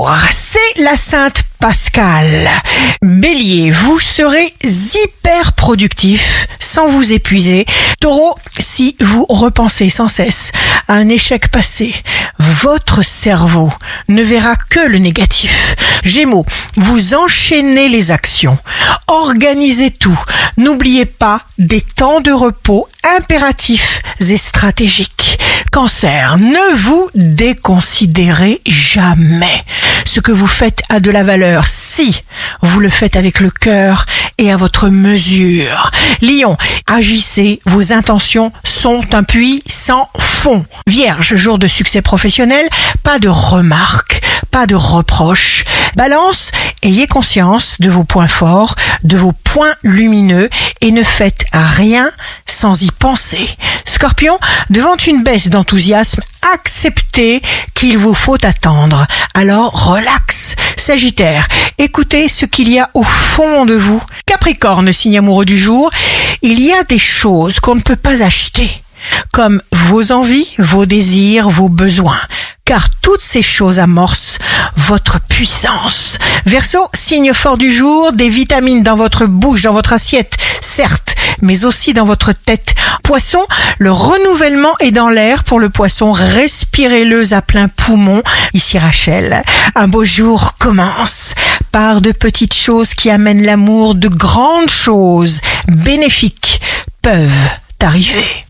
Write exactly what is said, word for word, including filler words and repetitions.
jour, c'est la Sainte Pascale. Bélier, vous serez hyper productif sans vous épuiser. Taureau, si vous repensez sans cesse à un échec passé, votre cerveau ne verra que le négatif. Gémeaux, vous enchaînez les actions, organisez tout. N'oubliez pas des temps de repos impératifs et stratégiques. Cancer, ne vous déconsidérez jamais. Ce que vous faites a de la valeur si vous le faites avec le cœur et à votre mesure. Lion, agissez, vos intentions sont un puits sans fond. Vierge, jour de succès professionnel, pas de remarques, pas de reproches. Balance, ayez conscience de vos points forts, de vos points lumineux et ne faites rien sans y penser. Scorpion, devant une baisse d'enthousiasme, acceptez qu'il vous faut attendre. Alors relax. Sagittaire, écoutez ce qu'il y a au fond de vous. Capricorne, signe amoureux du jour, il y a des choses qu'on ne peut pas acheter, comme vos envies, vos désirs, vos besoins, car toutes ces choses amorcent votre puissance. Verseau, signe fort du jour, des vitamines dans votre bouche, dans votre assiette, certes, mais aussi dans votre tête. Poisson, le renouvellement est dans l'air pour le poisson, respirez-le à plein poumon. Ici Rachel, un beau jour commence. Par de petites choses qui amènent l'amour, de grandes choses bénéfiques peuvent arriver.